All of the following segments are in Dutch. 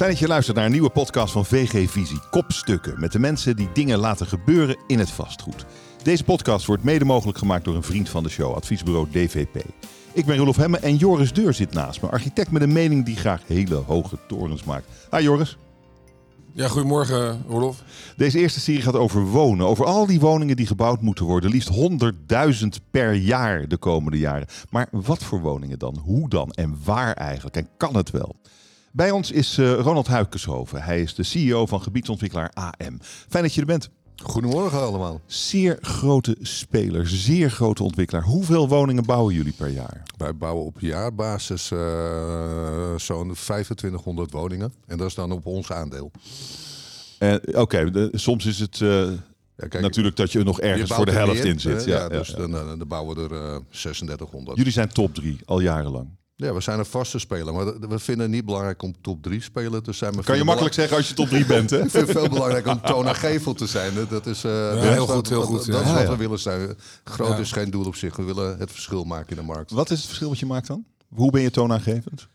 Fijn dat je luistert naar een nieuwe podcast van VG Visie. Kopstukken met de mensen die dingen laten gebeuren in het vastgoed. Deze podcast wordt mede mogelijk gemaakt door een vriend van de show, adviesbureau DVP. Ik ben Roelof Hemme en Joris Deur zit naast me. Architect met een mening die graag hele hoge torens maakt. Hi Joris. Ja, goedemorgen Roelof. Deze eerste serie gaat over wonen. Over al die woningen die gebouwd moeten worden. Liefst 100.000 per jaar de komende jaren. Maar wat voor woningen dan? Hoe dan? En waar eigenlijk? En kan het wel? Bij ons is Ronald Huykenshoven. Hij is de CEO van gebiedsontwikkelaar AM. Fijn dat je er bent. Goedemorgen allemaal. Zeer grote speler, zeer grote ontwikkelaar. Hoeveel woningen bouwen jullie per jaar? Wij bouwen op jaarbasis zo'n 2500 woningen. En dat is dan op ons aandeel. Oké, soms is het natuurlijk dat je nog ergens voor de helft in zit. Dan bouwen we er 3600. Jullie zijn top 3 al jarenlang. Ja, we zijn een vaste speler, maar we vinden het niet belangrijk om top 3 spelen te zijn. Kan je makkelijk zeggen als je top 3 bent, hè? Ik vind het veel belangrijker om toonaangevend te zijn. Dat is heel goed. Dat is wat we willen zijn. Groot is geen doel op zich. We willen het verschil maken in de markt. Wat is het verschil wat je maakt dan? Hoe ben je toonaangevend?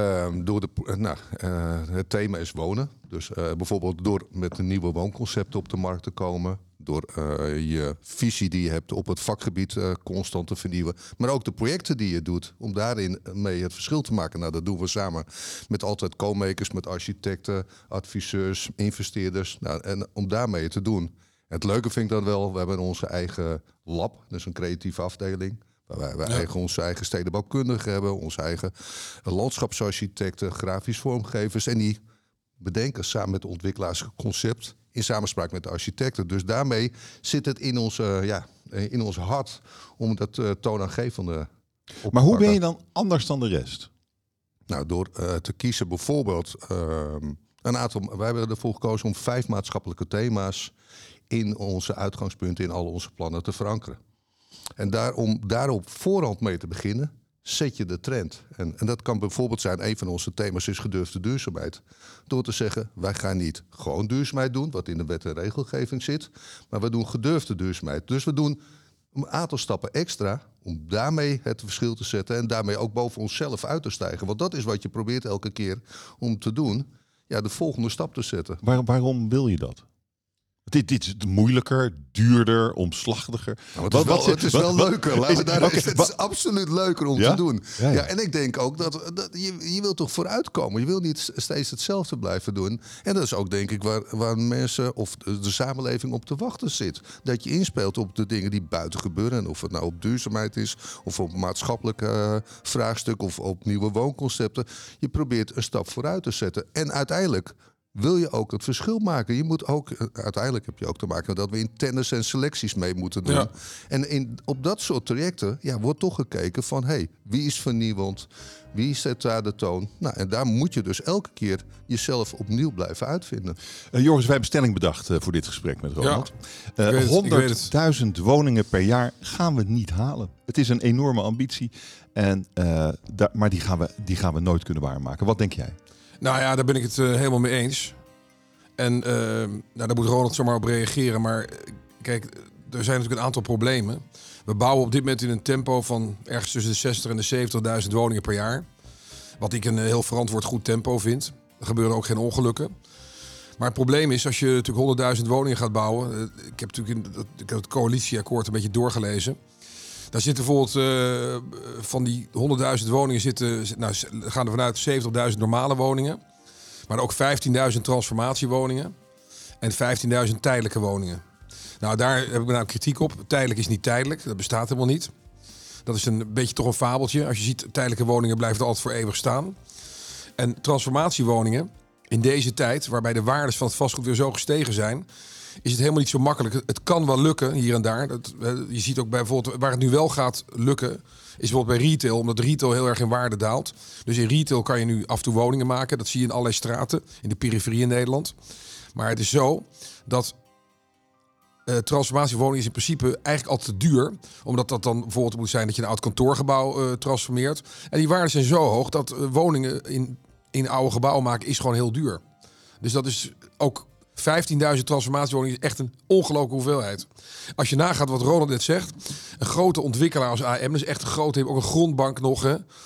Het thema is wonen. Dus bijvoorbeeld door met nieuwe woonconcepten op de markt te komen. Door je visie die je hebt op het vakgebied constant te vernieuwen. Maar ook de projecten die je doet. Om daarin mee het verschil te maken. Nou, dat doen we samen met altijd co-makers, met architecten, adviseurs, investeerders. Nou, en om daarmee te doen. Het leuke vind ik dan wel, we hebben onze eigen lab. Dus een creatieve afdeling. Waar wij onze eigen stedenbouwkundigen hebben. Onze eigen landschapsarchitecten, grafisch vormgevers. En die bedenken samen met de ontwikkelaars een concept in samenspraak met de architecten. Dus daarmee zit het in ons hart om dat toonaangevende op te Maar hoe pakken. ben je dan anders dan de rest? Nou, door te kiezen bijvoorbeeld een aantal. Wij hebben ervoor gekozen om 5 maatschappelijke thema's in onze uitgangspunten, in al onze plannen te verankeren. En om daar op voorhand mee te beginnen, zet je de trend. En dat kan bijvoorbeeld zijn, een van onze thema's is gedurfde duurzaamheid. Door te zeggen, wij gaan niet gewoon duurzaamheid doen, wat in de wet en regelgeving zit. Maar we doen gedurfde duurzaamheid. Dus we doen een aantal stappen extra om daarmee het verschil te zetten. En daarmee ook boven onszelf uit te stijgen. Want dat is wat je probeert elke keer om te doen. Ja, de volgende stap te zetten. Waarom wil je dat? Dit is moeilijker, duurder, omslachtiger. Nou, het is wel leuker. Het is absoluut leuker om te doen. Ja, en ik denk ook dat je wilt toch vooruitkomen. Je wil niet steeds hetzelfde blijven doen. En dat is ook denk ik waar mensen of de samenleving op te wachten zit. Dat je inspeelt op de dingen die buiten gebeuren. En of het nou op duurzaamheid is, of op maatschappelijke vraagstukken, of op nieuwe woonconcepten. Je probeert een stap vooruit te zetten. En uiteindelijk wil je ook het verschil maken. Je moet ook, uiteindelijk heb je ook te maken dat we in tenders en selecties mee moeten doen. Ja. En op dat soort trajecten wordt toch gekeken van wie is vernieuwend? Wie zet daar de toon? Nou, en daar moet je dus elke keer jezelf opnieuw blijven uitvinden. Joris, wij hebben stelling bedacht voor dit gesprek met Ronald. Ja, 100.000 woningen per jaar gaan we niet halen. Het is een enorme ambitie. Maar die gaan we nooit kunnen waarmaken. Wat denk jij? Nou ja, daar ben ik het helemaal mee eens. En daar moet Ronald zomaar op reageren. Maar kijk, er zijn natuurlijk een aantal problemen. We bouwen op dit moment in een tempo van ergens tussen de 60.000 en de 70.000 woningen per jaar. Wat ik een heel verantwoord goed tempo vind. Er gebeuren ook geen ongelukken. Maar het probleem is, als je natuurlijk 100.000 woningen gaat bouwen. Ik heb natuurlijk het coalitieakkoord een beetje doorgelezen. Daar zitten bijvoorbeeld van die 100.000 woningen gaan er vanuit 70.000 normale woningen. Maar ook 15.000 transformatiewoningen en 15.000 tijdelijke woningen. Nou, daar heb ik nou kritiek op. Tijdelijk is niet tijdelijk, dat bestaat helemaal niet. Dat is een beetje toch een fabeltje. Als je ziet, tijdelijke woningen blijven er altijd voor eeuwig staan. En transformatiewoningen, in deze tijd, waarbij de waardes van het vastgoed weer zo gestegen zijn, is het helemaal niet zo makkelijk. Het kan wel lukken hier en daar. Je ziet ook bijvoorbeeld waar het nu wel gaat lukken, is bijvoorbeeld bij retail, omdat retail heel erg in waarde daalt. Dus in retail kan je nu af en toe woningen maken. Dat zie je in allerlei straten, in de periferie in Nederland. Maar het is zo dat transformatiewoning is in principe eigenlijk altijd te duur. Omdat dat dan bijvoorbeeld moet zijn dat je een oud kantoorgebouw transformeert. En die waarden zijn zo hoog dat woningen in oude gebouwen maken is gewoon heel duur. Dus dat is ook 15.000 transformatiewoningen is echt een ongelooflijke hoeveelheid. Als je nagaat wat Ronald net zegt, een grote ontwikkelaar als AM, dus echt een grote, heeft ook een grondbank nog. Hè?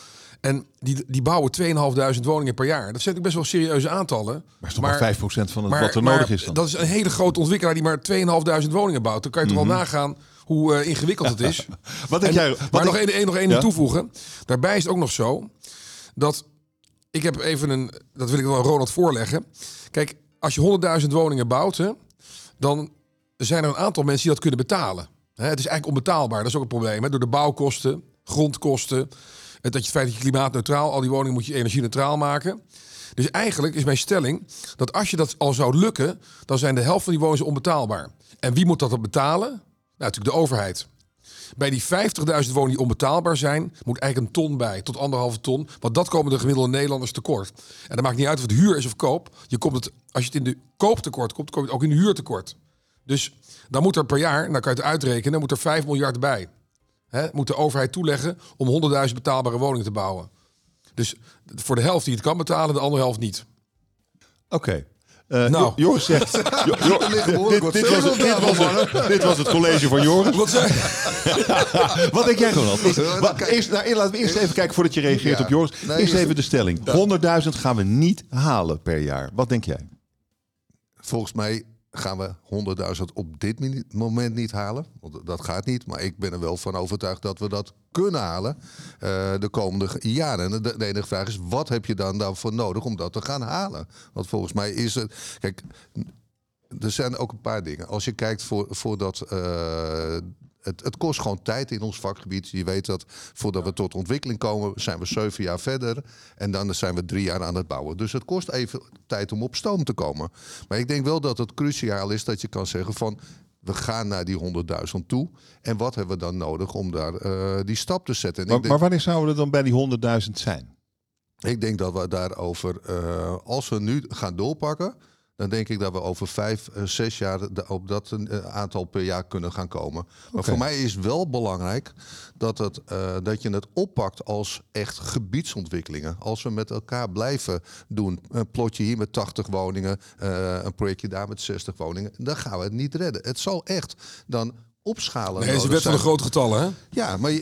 En die bouwen 2.500 woningen per jaar. Dat zijn natuurlijk best wel serieuze aantallen. Maar het is toch maar 5% van wat er maar nodig is dan. Dat is een hele grote ontwikkelaar die maar 2.500 woningen bouwt. Dan kan je toch wel nagaan hoe ingewikkeld het is. Wat denk jij? Nog één toevoegen. Daarbij is het ook nog zo dat ik heb even dat wil ik wel aan Ronald voorleggen. Kijk, als je 100.000 woningen bouwt, hè, dan zijn er een aantal mensen die dat kunnen betalen. Het is eigenlijk onbetaalbaar. Dat is ook een probleem. Hè? Door de bouwkosten, grondkosten. Het feit dat je klimaatneutraal, al die woningen moet je energie-neutraal maken. Dus eigenlijk is mijn stelling dat als je dat al zou lukken, dan zijn de helft van die woningen onbetaalbaar. En wie moet dat dan betalen? Nou, natuurlijk de overheid. Bij die 50.000 woningen die onbetaalbaar zijn, moet eigenlijk een ton bij, tot 1,5 ton. Want dat komen de gemiddelde Nederlanders tekort. En dat maakt niet uit of het huur is of koop. Als je het in de kooptekort komt, kom je het ook in de huurtekort. Dus dan moet er per jaar, dan kan je het uitrekenen, dan moet er 5 miljard bij. Moet de overheid toeleggen om 100.000 betaalbare woningen te bouwen. Dus voor de helft die het kan betalen, de andere helft niet. Oké. Nou. Joris zegt... Dit was het college van Joris. Wat denk jij, Ronald? Laten we eerst even kijken voordat je reageert op Joris. Eerst even de stelling. 100.000 gaan we niet halen per jaar. Wat denk jij? Volgens mij gaan we 100.000 op dit moment niet halen. Want dat gaat niet. Maar ik ben er wel van overtuigd dat we dat kunnen halen de komende jaren. En de enige vraag is, wat heb je dan daarvoor nodig om dat te gaan halen? Want volgens mij is het... Kijk, er zijn ook een paar dingen. Als je kijkt voor dat... Het kost gewoon tijd in ons vakgebied. Je weet dat voordat we tot ontwikkeling komen, zijn we 7 jaar verder. En dan zijn we 3 jaar aan het bouwen. Dus het kost even tijd om op stoom te komen. Maar ik denk wel dat het cruciaal is dat je kan zeggen van, we gaan naar die 100.000 toe. En wat hebben we dan nodig om daar die stap te zetten? Maar wanneer zouden we dan bij die 100.000 zijn? Ik denk dat we daarover, als we nu gaan doorpakken, dan denk ik dat we over 5, 6 jaar op dat aantal per jaar kunnen gaan komen. Maar voor mij is wel belangrijk dat je het oppakt als echt gebiedsontwikkelingen. Als we met elkaar blijven doen, een plotje hier met 80 woningen, een projectje daar met 60 woningen, dan gaan we het niet redden. Het zal echt dan opschalen. Nee, ze wet van de grote getallen, hè? Ja, maar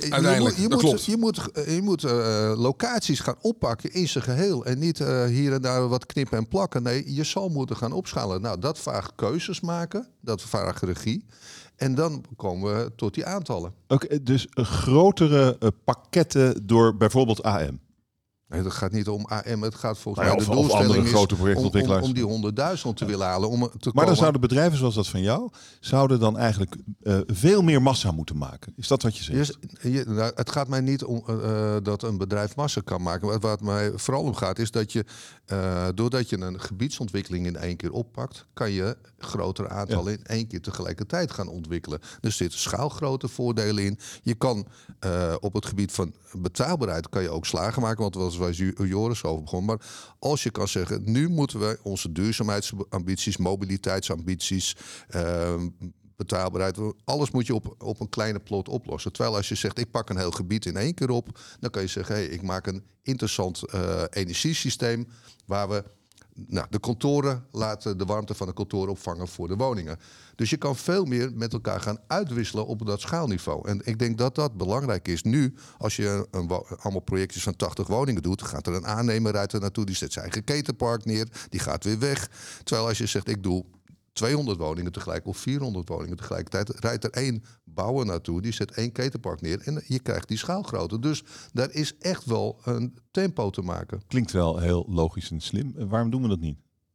je moet locaties gaan oppakken in zijn geheel. En niet hier en daar wat knippen en plakken. Nee, je zal moeten gaan opschalen. Nou, dat vraagt keuzes maken. Dat vraagt regie. En dan komen we tot die aantallen. Oké, dus grotere pakketten door bijvoorbeeld AM. Nee, het gaat niet om AM. Het gaat volgens mij de doelstelling grote projectontwikkelaars om die 100.000 te willen halen. Maar dan zouden bedrijven zoals dat van jou, zouden dan eigenlijk veel meer massa moeten maken. Is dat wat je zegt? Nou, het gaat mij niet om dat een bedrijf massa kan maken. Waar het mij vooral om gaat is dat je, doordat je een gebiedsontwikkeling in 1 keer oppakt, kan je grotere aantallen in 1 keer tegelijkertijd gaan ontwikkelen. Er zitten schaalgrote voordelen in. Je kan op het gebied van betaalbaarheid kan je ook slagen maken, want dat was waar Joris over begon. Maar als je kan zeggen, nu moeten we onze duurzaamheidsambities, mobiliteitsambities, betaalbaarheid, alles moet je op een kleine plot oplossen. Terwijl als je zegt, ik pak een heel gebied in 1 keer op, dan kan je zeggen, hey, ik maak een interessant energiesysteem waar we de kantoren laten de warmte van de kantoren opvangen voor de woningen. Dus je kan veel meer met elkaar gaan uitwisselen op dat schaalniveau. En ik denk dat dat belangrijk is. Nu, als je allemaal projectjes van 80 woningen doet, gaat er een aannemer uit er naartoe, die zet zijn eigen ketenpark neer, die gaat weer weg. Terwijl als je zegt, ik doe 200 woningen tegelijk of 400 woningen tegelijkertijd, rijdt er 1 bouwer naartoe, die zet 1 ketenpark neer en je krijgt die schaalgrootte. Dus daar is echt wel een tempo te maken. Klinkt wel heel logisch en slim. Waarom doen we dat niet?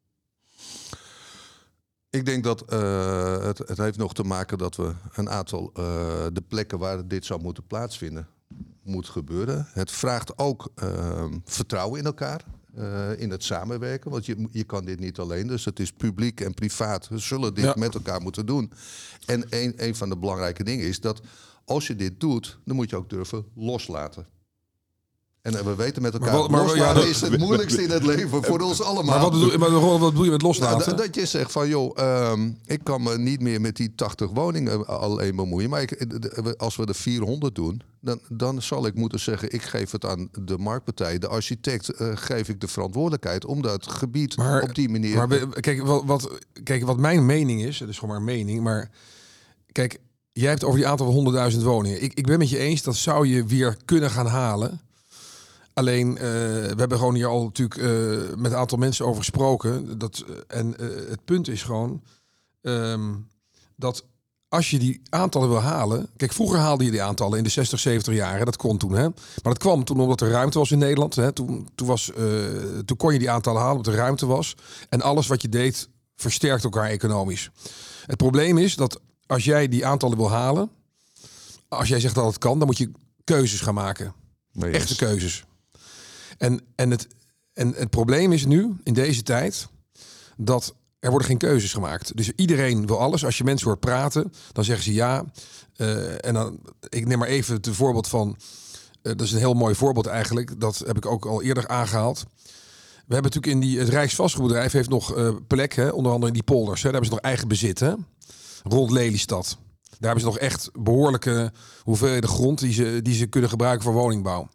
Ik denk dat het heeft nog te maken dat we een aantal de plekken waar dit zou moeten plaatsvinden, moet gebeuren. Het vraagt ook vertrouwen in elkaar. In het samenwerken, want je kan dit niet alleen. Dus het is publiek en privaat. We zullen dit met elkaar moeten doen. En een van de belangrijke dingen is dat als je dit doet, dan moet je ook durven loslaten. En we weten met elkaar, loslaten is het moeilijkste in het leven voor ons allemaal. Maar wat bedoel je met loslaten? Nou, dat je zegt van, joh, ik kan me niet meer met die 80 woningen alleen bemoeien. Maar als we de 400 doen, dan zal ik moeten zeggen, ik geef het aan de marktpartij. De architect geef ik de verantwoordelijkheid om dat gebied op die manier... Maar kijk, wat mijn mening is, het is gewoon maar een mening, maar kijk, jij hebt over die aantal van 100.000 woningen. Ik ben met je eens, dat zou je weer kunnen gaan halen. Alleen, we hebben gewoon hier al natuurlijk met een aantal mensen over gesproken. Het punt is gewoon dat als je die aantallen wil halen... Kijk, vroeger haalde je die aantallen in de 60, 70 jaar. Dat kon toen, hè. Maar dat kwam toen omdat er ruimte was in Nederland. Hè. Toen kon je die aantallen halen omdat er ruimte was. En alles wat je deed versterkt elkaar economisch. Het probleem is dat als jij die aantallen wil halen... Als jij zegt dat het kan, dan moet je keuzes gaan maken. Nee, Echte keuzes. En het probleem is nu, in deze tijd, dat er worden geen keuzes gemaakt. Dus iedereen wil alles. Als je mensen hoort praten, dan zeggen ze ja. En dan, ik neem maar even het voorbeeld van... dat is een heel mooi voorbeeld eigenlijk. Dat heb ik ook al eerder aangehaald. We hebben natuurlijk het Rijksvastgoedbedrijf heeft nog plek, hè, onder andere in die polders. Hè, daar hebben ze nog eigen bezit, hè, rond Lelystad. Daar hebben ze nog echt behoorlijke hoeveelheden grond die ze kunnen gebruiken voor woningbouw.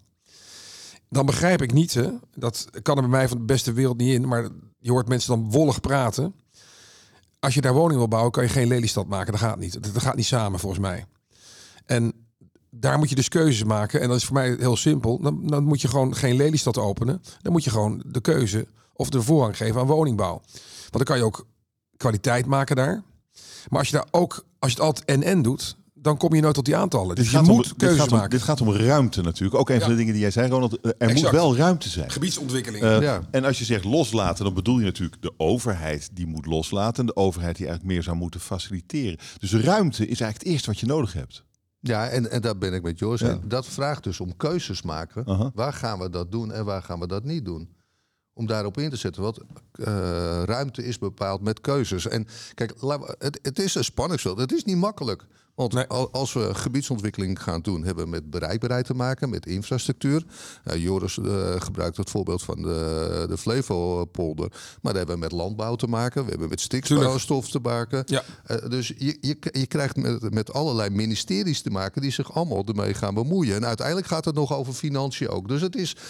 Dan begrijp ik niet, hè, dat kan er bij mij van de beste wereld niet in, maar je hoort mensen dan wollig praten. Als je daar woning wil bouwen, kan je geen Lelystad maken. Dat gaat niet. Dat gaat niet samen, volgens mij. En daar moet je dus keuzes maken. En dat is voor mij heel simpel. Dan moet je gewoon geen Lelystad openen. Dan moet je gewoon de keuze of de voorrang geven aan woningbouw. Want dan kan je ook kwaliteit maken daar. Maar als je het altijd en doet, dan kom je nooit tot die aantallen. Dus je moet keuzes maken. Dit gaat om ruimte natuurlijk. Ook een van de dingen die jij zei, Ronald. Er moet wel ruimte zijn. Gebiedsontwikkeling. En als je zegt loslaten, dan bedoel je natuurlijk de overheid die moet loslaten. En de overheid die eigenlijk meer zou moeten faciliteren. Dus ruimte is eigenlijk het eerste wat je nodig hebt. Ja, en daar ben ik met Joris. Ja. Dat vraagt dus om keuzes maken. Waar gaan we dat doen en waar gaan we dat niet doen? Om daarop in te zetten. Want ruimte is bepaald met keuzes. En kijk, het is een spanningsveld. Het is niet makkelijk. Want als we gebiedsontwikkeling gaan doen, hebben we met bereikbaarheid te maken, met infrastructuur. Joris gebruikt het voorbeeld van de Flevopolder. Maar daar hebben we met landbouw te maken. We hebben met stikstof te maken. Ja. Dus je krijgt met allerlei ministeries te maken die zich allemaal ermee gaan bemoeien. En uiteindelijk gaat het nog over financiën ook. Dus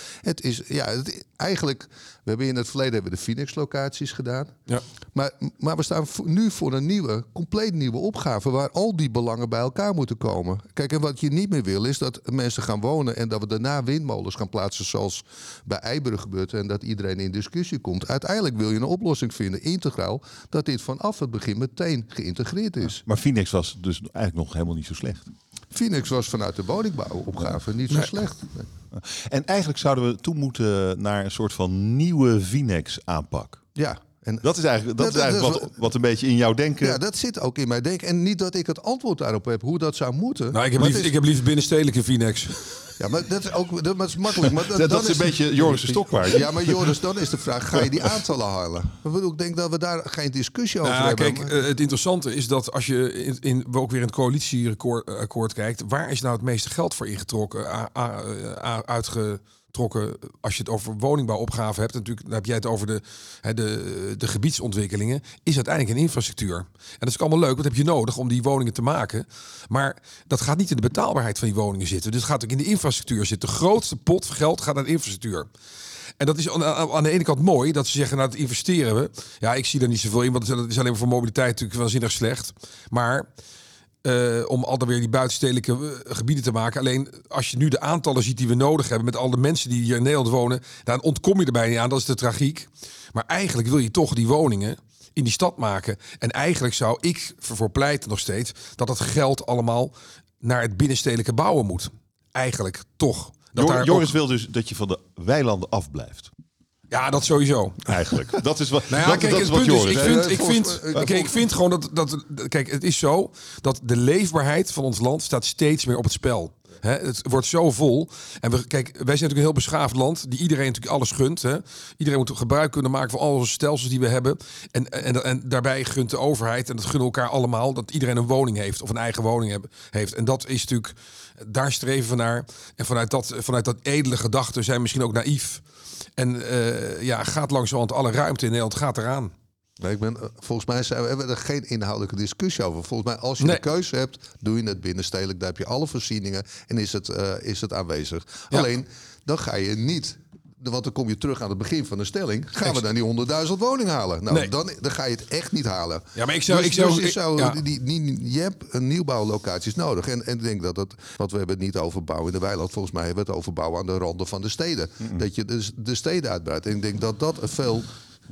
eigenlijk, we hebben in het verleden hebben we de Phoenix-locaties gedaan. Ja. Maar we staan nu voor een compleet nieuwe opgave waar al die belangen bij elkaar moeten komen. Kijk, en wat je niet meer wil is dat mensen gaan wonen en dat we daarna windmolens gaan plaatsen zoals bij Eiburg gebeurt en dat iedereen in discussie komt. Uiteindelijk wil je een oplossing vinden, integraal, dat dit vanaf het begin meteen geïntegreerd is. Ja, maar Phoenix was dus eigenlijk nog helemaal niet zo slecht. Phoenix was vanuit de woningbouwopgave niet zo slecht. Nee. En eigenlijk zouden we toe moeten naar een soort van nieuwe Phoenix aanpak. Ja. En dat is eigenlijk wat een beetje in jouw denken... Ja, dat zit ook in mijn denken. En niet dat ik het antwoord daarop heb, hoe dat zou moeten. Nou, ik heb liever binnenstedelijke Phoenix. Ja, maar dat is makkelijk. Maar dat is een beetje Joris' stokpaard. Ja, maar Joris, dan is de vraag, ga je die aantallen halen? Ik denk dat we daar geen discussie over hebben. Kijk, het interessante is dat als je ook weer in het coalitieakkoord kijkt, waar is nou het meeste geld voor ingetrokken, uitgetrokken als je het over woningbouwopgave hebt? Natuurlijk, dan heb jij het over de gebiedsontwikkelingen. Is uiteindelijk een infrastructuur. En dat is ook allemaal leuk. Wat heb je nodig om die woningen te maken? Maar dat gaat niet in de betaalbaarheid van die woningen zitten. Dus het gaat ook in de infrastructuur zitten. De grootste pot geld gaat naar de infrastructuur. En dat is aan de ene kant mooi, dat ze zeggen, nou, dat investeren we. Ja, ik zie daar niet zoveel in, want dat is alleen maar voor mobiliteit natuurlijk waanzinnig slecht. Maar om altijd weer die buitenstedelijke gebieden te maken. Alleen als je nu de aantallen ziet die we nodig hebben met al de mensen die hier in Nederland wonen, dan ontkom je erbij niet aan. Dat is de tragiek. Maar eigenlijk wil je toch die woningen in die stad maken. En eigenlijk zou ik ervoor pleiten nog steeds dat het geld allemaal naar het binnenstedelijke bouwen moet. Eigenlijk toch. Joris wil dus dat je van de weilanden afblijft. Ja, dat sowieso. Eigenlijk. Dat is wat, dat is wat Joris. Ik vind gewoon dat... Kijk, het is zo dat de leefbaarheid van ons land staat steeds meer op het spel. Het wordt zo vol. En wij zijn natuurlijk een heel beschaafd land die iedereen natuurlijk alles gunt. Iedereen moet gebruik kunnen maken van al onze stelsels die we hebben. En daarbij gunt de overheid, en dat gunnen elkaar allemaal, dat iedereen een woning heeft of een eigen woning heeft. En dat is natuurlijk, daar streven we naar. En vanuit dat edele gedachten zijn we misschien ook naïef. En gaat langzamerhand alle ruimte in Nederland gaat eraan. Nee, volgens mij hebben we er geen inhoudelijke discussie over. Volgens mij, als je de keuze hebt, doe je het binnenstedelijk. Daar heb je alle voorzieningen en is het aanwezig. Ja. Alleen, dan ga je niet Want dan kom je terug aan het begin van de stelling. Gaan we dan die 100.000 woningen halen? Nou, dan ga je het echt niet halen. Ja, maar je hebt een nieuwbouwlocaties nodig. En ik denk dat want we hebben het niet over bouwen in de weiland. Volgens mij hebben we het over bouwen aan de randen van de steden. Dat je de steden uitbreidt. En ik denk dat een veel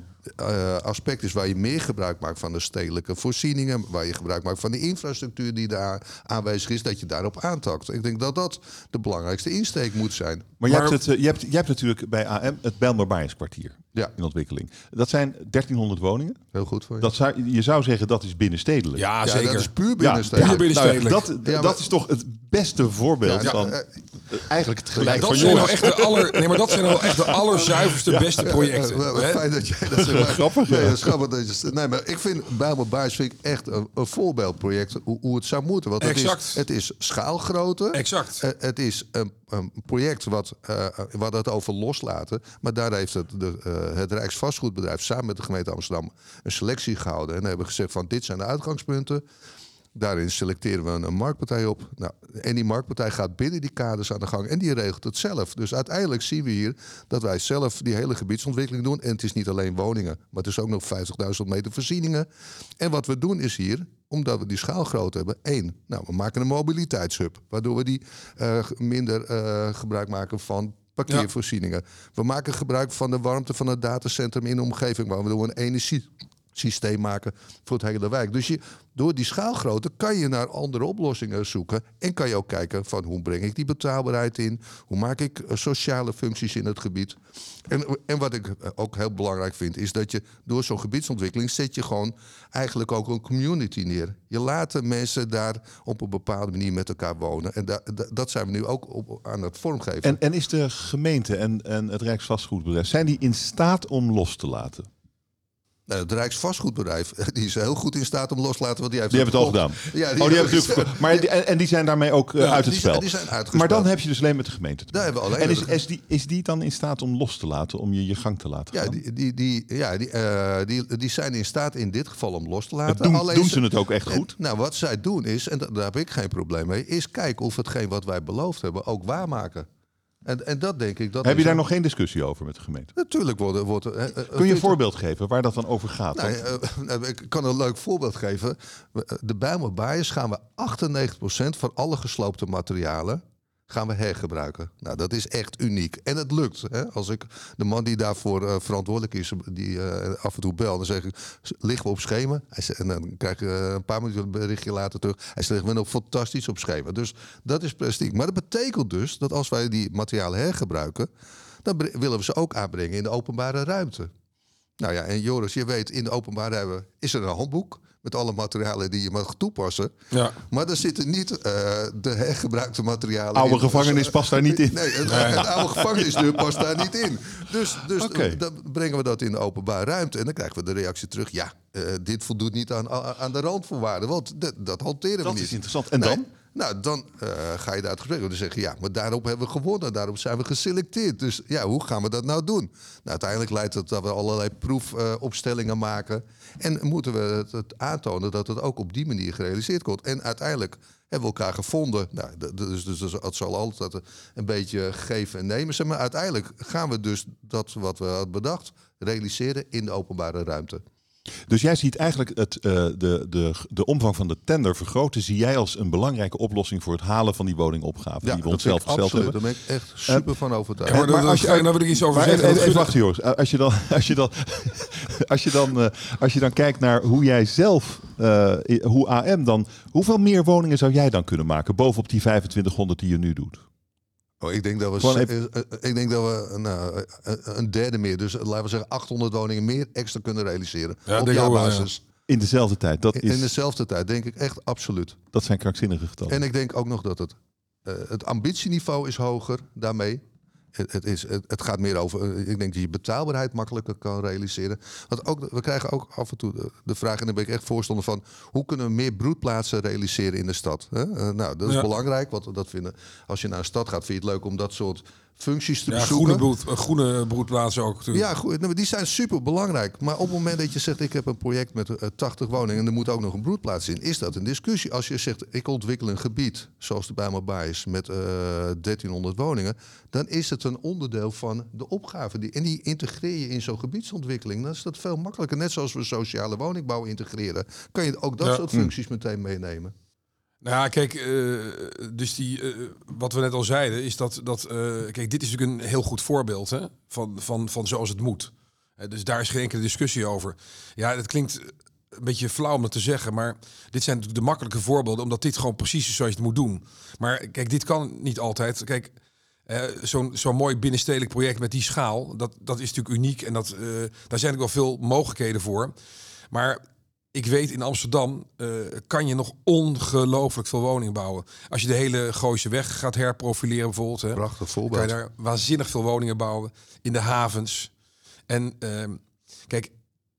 aspect is waar je meer gebruik maakt van de stedelijke voorzieningen, waar je gebruik maakt van de infrastructuur die daar aanwezig is, dat je daarop aantakt. Ik denk dat de belangrijkste insteek moet zijn. Maar je hebt natuurlijk bij AM het Bijlmer-Baaienskwartier in ontwikkeling. Dat zijn 1300 woningen. Heel goed voor je. Je zou zeggen dat is binnenstedelijk. Ja, zeker. Dat is puur binnenstedelijk. Puur binnenstedelijk. Dat is toch het beste voorbeeld van eigenlijk het gelijk van dat zijn nou echt de allerzuiverste, beste projecten. Fijn dat jij dat zegt. Grappig. Nee, dat is grappig dat je, nee, maar ik vind Bijlmer-Baaiens vind ik echt een voorbeeldproject hoe het zou moeten. Want het is schaalgrootte. Exact. Het is een project wat het over loslaten. Maar daar heeft het Rijksvastgoedbedrijf samen met de gemeente Amsterdam een selectie gehouden. En hebben gezegd van dit zijn de uitgangspunten. Daarin selecteren we een marktpartij op. Nou, en die marktpartij gaat binnen die kaders aan de gang. En die regelt het zelf. Dus uiteindelijk zien we hier dat wij zelf die hele gebiedsontwikkeling doen. En het is niet alleen woningen. Maar het is ook nog 50.000 meter voorzieningen. En wat we doen is hier, omdat we die schaalgrootte hebben. We maken een mobiliteitshub. Waardoor we die minder gebruik maken van parkeervoorzieningen. We maken gebruik van de warmte van het datacentrum in de omgeving. Waardoor we een energiesysteem maken voor het hele wijk. Dus door die schaalgrootte kan je naar andere oplossingen zoeken. En kan je ook kijken van hoe breng ik die betaalbaarheid in? Hoe maak ik sociale functies in het gebied? En wat ik ook heel belangrijk vind, is dat je door zo'n gebiedsontwikkeling zet je gewoon eigenlijk ook een community neer. Je laat de mensen daar op een bepaalde manier met elkaar wonen. En dat zijn we nu ook aan het vormgeven. En is de gemeente en het Rijksvastgoedbedrijf, zijn die in staat om los te laten? Het Rijksvastgoedbedrijf die is heel goed in staat om los te laten. Want die hebben het al gedaan. Ja, die hebben het verkocht. Maar die zijn daarmee ook uit het spel. Die zijn uitgespeeld. Maar dan heb je dus alleen met de gemeente te maken. Daar hebben we alleen is die dan in staat om los te laten, om je gang te laten gaan? Die zijn in staat in dit geval om los te laten. Doen ze het ook echt goed? Wat zij doen is, en daar heb ik geen probleem mee, is kijken of hetgeen wat wij beloofd hebben ook waarmaken. En dat denk ik. Heb je daar nog geen discussie over met de gemeente? Natuurlijk wordt kun je een voorbeeld geven waar dat dan over gaat? Ik kan een leuk voorbeeld geven. De Bijlmer-Baaiens gaan we 98% van alle gesloopte materialen gaan we hergebruiken. Nou, dat is echt uniek. En het lukt. Hè? Als ik de man die daarvoor verantwoordelijk is, die af en toe bel, dan zeg ik, liggen we op schema? En dan krijg je een paar minuten een berichtje later terug. Hij zegt, we nog fantastisch op schema. Dus dat is plastiek. Maar dat betekent dus dat als wij die materialen hergebruiken, dan willen we ze ook aanbrengen in de openbare ruimte. Nou ja, en Joris, je weet, in de openbare ruimte is er een handboek met alle materialen die je mag toepassen. Ja. Maar daar zitten niet de hergebruikte materialen oude in. gevangenis past daar niet in. Nee, een oude gevangenisdeur past daar niet in. Dus dan brengen we dat in de openbare ruimte. En dan krijgen we de reactie terug. Ja, dit voldoet niet aan de randvoorwaarden. Want dat hanteren we niet. Dat is interessant. En dan? Nou, dan ga je daar het gesprek over. Dan zeg je, ja, maar daarop hebben we gewonnen. Daarop zijn we geselecteerd. Dus ja, hoe gaan we dat nou doen? Nou, uiteindelijk leidt het dat we allerlei proefopstellingen maken. En moeten we het aantonen dat het ook op die manier gerealiseerd wordt. En uiteindelijk hebben we elkaar gevonden. Nou, dus het zal altijd een beetje geven en nemen zijn. Maar uiteindelijk gaan we dus dat wat we hadden bedacht realiseren in de openbare ruimte. Dus jij ziet eigenlijk de omvang van de tender vergroten, zie jij als een belangrijke oplossing voor het halen van die woningopgave die we onszelf gesteld hebben. Daar ben ik echt super van overtuigd. Maar als je wil ik iets over zeggen. Even wachten, Joris. Als je dan kijkt naar hoe jij zelf, hoe AM dan, hoeveel meer woningen zou jij dan kunnen maken bovenop die 2500 die je nu doet? Ik denk dat we een derde meer, dus laten we zeggen 800 woningen meer extra kunnen realiseren. Ja, op jaarbasis. In dezelfde tijd? In dezelfde tijd, denk ik echt absoluut. Dat zijn krankzinnige getallen. En ik denk ook nog dat het ambitieniveau is hoger daarmee. Het gaat meer over, ik denk dat je betaalbaarheid makkelijker kan realiseren. Want we krijgen ook af en toe de vraag, en daar ben ik echt voorstander van, hoe kunnen we meer broedplaatsen realiseren in de stad? Dat is belangrijk, want dat vinden, als je naar een stad gaat, vind je het leuk om dat soort functies te Ja, bezoeken. groene broedplaatsen ook natuurlijk. Ja, goed, nou, die zijn super belangrijk. Maar op het moment dat je zegt, ik heb een project met 80 woningen en er moet ook nog een broedplaats in, is dat een discussie. Als je zegt, ik ontwikkel een gebied, zoals de Bijlmerbaai is, met 1300 woningen, dan is het een onderdeel van de opgave. En die integreer je in zo'n gebiedsontwikkeling. Dan is dat veel makkelijker. Net zoals we sociale woningbouw integreren, kan je ook dat soort functies meteen meenemen. Nou ja, kijk, dus wat we net al zeiden, is kijk, dit is natuurlijk een heel goed voorbeeld, hè, van zoals het moet. Dus daar is geen enkele discussie over. Ja, het klinkt een beetje flauw om dat te zeggen, maar dit zijn natuurlijk de makkelijke voorbeelden, omdat dit gewoon precies is zoals je het moet doen. Maar kijk, dit kan niet altijd. Kijk, zo'n mooi binnenstedelijk project met die schaal, dat is natuurlijk uniek en daar zijn ook wel veel mogelijkheden voor. Maar ik weet, in Amsterdam kan je nog ongelooflijk veel woningen bouwen. Als je de hele Gooise weg gaat herprofileren bijvoorbeeld. Hè, Prachtig voorbeeld. kan je daar waanzinnig veel woningen bouwen. In de havens. En kijk,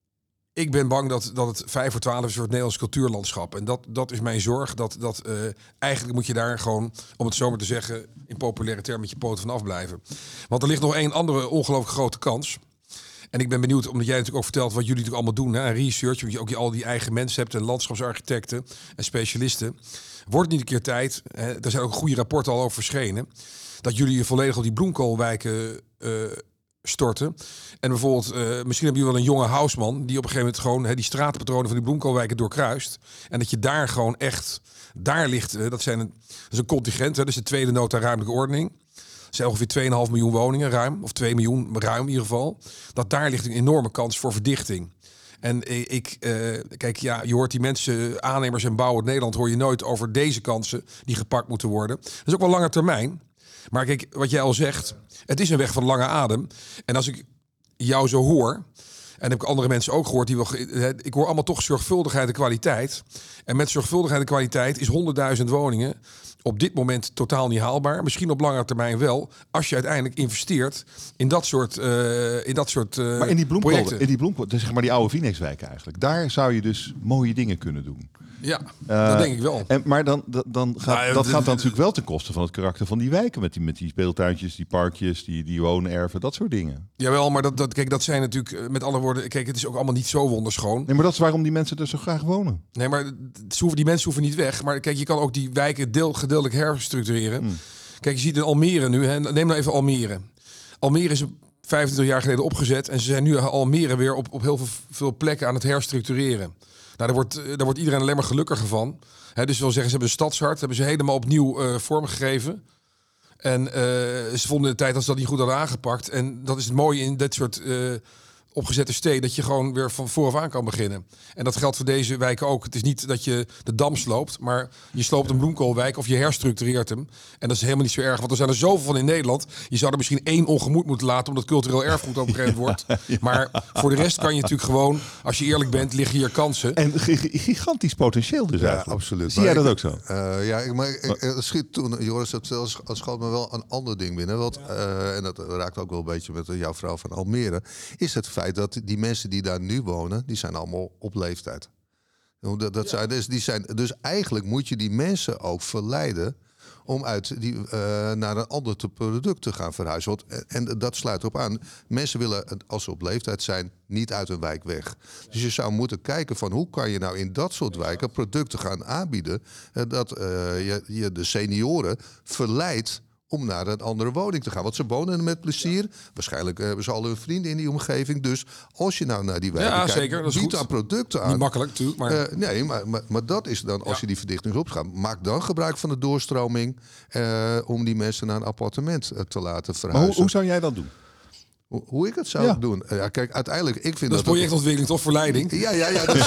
ik ben bang dat het 5 voor 12 is voor het Nederlands cultuurlandschap. En dat is mijn zorg. Eigenlijk moet je daar gewoon, om het zo maar te zeggen, in populaire termen met je poten van afblijven. Want er ligt nog één andere ongelooflijk grote kans. En ik ben benieuwd, omdat jij natuurlijk ook vertelt wat jullie natuurlijk allemaal doen. Hè? Research, omdat je ook al die eigen mensen hebt en landschapsarchitecten en specialisten. Wordt het niet een keer tijd, hè, daar zijn ook goede rapporten al over verschenen, dat jullie je volledig op die bloemkoolwijken storten. En bijvoorbeeld, misschien hebben jullie wel een jonge houseman die op een gegeven moment gewoon die straatpatronen van die bloemkoolwijken doorkruist. En dat je daar gewoon echt, daar ligt, dat is een contingent, hè, dus de tweede nota ruimtelijke ordening. Er zijn ongeveer 2,5 miljoen woningen, ruim. Of 2 miljoen, ruim in ieder geval. Dat daar ligt een enorme kans voor verdichting. En kijk, ja, je hoort die mensen, aannemers en bouwers in Nederland, hoor je nooit over deze kansen die gepakt moeten worden. Dat is ook wel lange termijn. Maar kijk, wat jij al zegt, het is een weg van lange adem. En als ik jou zo hoor, en heb ik andere mensen ook gehoord, ik hoor allemaal toch zorgvuldigheid en kwaliteit. En met zorgvuldigheid en kwaliteit is 100.000 woningen op dit moment totaal niet haalbaar. Misschien op langere termijn wel, als je uiteindelijk investeert in dat soort Maar in die bloemkool, dus zeg maar die oude Vinex-wijken eigenlijk, daar zou je dus mooie dingen kunnen doen. Ja, dat denk ik wel. Maar dan gaat dat gaat dan natuurlijk wel ten koste van het karakter van die wijken. Met die speeltuintjes, die parkjes, die woonerven, dat soort dingen. Jawel, maar kijk, dat zijn natuurlijk, met andere woorden, kijk, het is ook allemaal niet zo wonderschoon. Nee, maar dat is waarom die mensen er zo graag wonen. Nee, maar die mensen hoeven niet weg. Maar kijk, je kan ook die wijken gedeeltelijk herstructureren. Kijk, je ziet in Almere nu, hè, neem nou even Almere. Almere is 25 jaar geleden opgezet en ze zijn nu Almere weer op heel veel plekken aan het herstructureren. Nou, daar wordt iedereen alleen maar gelukkiger van. Dus wil zeggen, ze hebben een stadshart, hebben ze helemaal opnieuw vormgegeven. En ze vonden in de tijd dat ze dat niet goed hadden aangepakt. En dat is het mooie in dit soort opgezette steden, dat je gewoon weer van vooraf aan kan beginnen. En dat geldt voor deze wijken ook. Het is niet dat je de dam sloopt, maar je sloopt een bloemkoolwijk of je herstructureert hem. En dat is helemaal niet zo erg, want er zijn er zoveel van in Nederland. Je zou er misschien 1 ongemoed moeten laten, omdat cultureel erfgoed op een gegeven moment wordt. Ja. Maar voor de rest kan je natuurlijk gewoon, als je eerlijk bent, liggen hier kansen. En gigantisch potentieel dus eigenlijk. Ja, absoluut. Zie jij dat ook zo? Schiet toen, Joris, het schoot me wel een ander ding binnen. Want, en dat raakt ook wel een beetje met jouw vrouw van Almere, is het feit dat die mensen die daar nu wonen, die zijn allemaal op leeftijd. Dus eigenlijk moet je die mensen ook verleiden om naar een ander product te gaan verhuizen. En dat sluit op aan. Mensen willen, als ze op leeftijd zijn, niet uit een wijk weg. Dus je zou moeten kijken van hoe kan je nou in dat soort wijken producten gaan aanbieden dat je de senioren verleidt om naar een andere woning te gaan. Want ze wonen met plezier. Waarschijnlijk hebben ze al hun vrienden in die omgeving. Dus als je nou naar die wijken kijkt, zeker, dat is bied goed. aan producten aan. Niet makkelijk natuurlijk. Maar... Maar dat is dan, als je die verdichting opgaat, maak dan gebruik van de doorstroming om die mensen naar een appartement te laten verhuizen. Maar hoe zou jij dat doen? Hoe ik het zou doen? Kijk, uiteindelijk, ik vind dat is projectontwikkeling, toch? Verleiding? Ja. Dat is...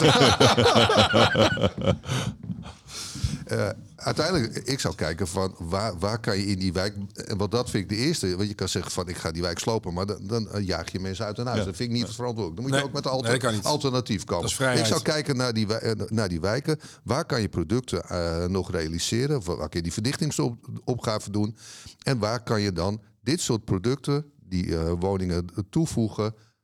uiteindelijk, ik zou kijken van waar kan je in die wijk... Want dat vind ik de eerste. Want je kan zeggen van ik ga die wijk slopen, maar dan jaag je mensen uit hun huis. Dat vind ik niet verantwoordelijk. Dan moet je ook met alternatief komen. Ik zou kijken naar die wijken. Waar kan je producten nog realiseren? Waar kan je die verdichtingsopgave doen? En waar kan je dan dit soort producten, die woningen toevoegen,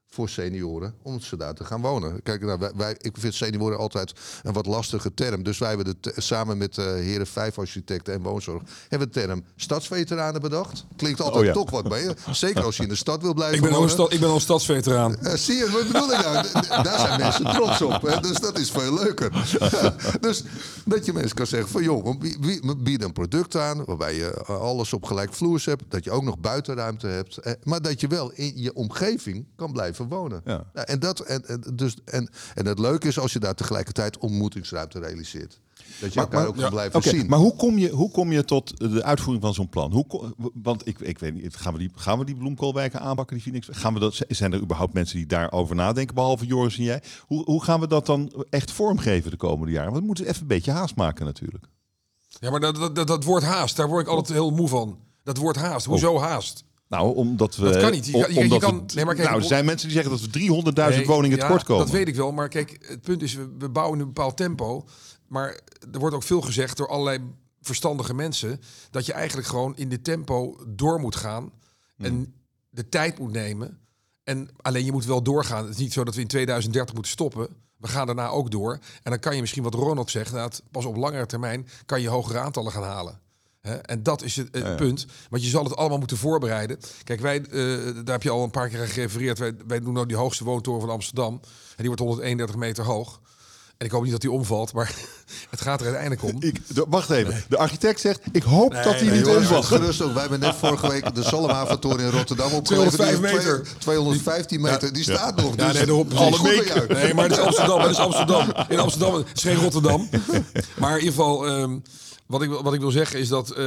voor senioren om ze daar te gaan wonen. Kijk, nou, ik vind senioren altijd een wat lastige term. Dus wij hebben samen met heren 5 architecten en woonzorg hebben de term stadsveteranen bedacht. Klinkt altijd toch wat bij je. Zeker als je in de stad wil blijven wonen. Ik ben al stadsveteraan. Zie je, wat bedoel ik nou? Daar zijn mensen trots op. Hè? Dus dat is veel leuker. Dus dat je mensen kan zeggen van joh, we bieden een product aan waarbij je alles op gelijkvloers hebt. Dat je ook nog buitenruimte hebt. Maar dat je wel in je omgeving kan blijven wonen. Ja. Nou, en het leuke is als je daar tegelijkertijd ontmoetingsruimte realiseert. Dat je elkaar ook kan blijven zien. Maar hoe kom je tot de uitvoering van zo'n plan? Want ik weet niet, gaan we die bloemkoolwijken aanpakken, die Phoenix? Zijn er überhaupt mensen die daarover nadenken, behalve Joris en jij? Hoe gaan we dat dan echt vormgeven de komende jaren? Want we moeten even een beetje haast maken natuurlijk. Ja, maar dat woord haast, daar word ik altijd heel moe van. Dat woord haast, hoezo haast? Nou, omdat we... Dat kan niet. Er zijn mensen die zeggen dat we 300.000 woningen tekort komen. Dat weet ik wel. Maar kijk, het punt is, we bouwen in een bepaald tempo. Maar er wordt ook veel gezegd door allerlei verstandige mensen dat je eigenlijk gewoon in dit tempo door moet gaan en de tijd moet nemen. En alleen je moet wel doorgaan. Het is niet zo dat we in 2030 moeten stoppen. We gaan daarna ook door. En dan kan je misschien, wat Ronald zegt, pas op langere termijn kan je hogere aantallen gaan halen. En dat is het punt. Want je zal het allemaal moeten voorbereiden. Kijk, wij, daar heb je al een paar keer aan gerefereerd. Wij doen nou die hoogste woontoren van Amsterdam. En die wordt 131 meter hoog. En ik hoop niet dat die omvalt, maar het gaat er uiteindelijk om. Wacht even. Nee. De architect zegt, ik hoop dat hij niet omvalt. Gerust ook. Wij hebben net vorige week de Salem-Haventoren in Rotterdam opgeleverd. 205 meter. 215 meter, die staat nog. Dus nee, maar het is Amsterdam. Het is Amsterdam. In Amsterdam, het is geen Rotterdam. Maar in ieder geval, wat ik wil zeggen is dat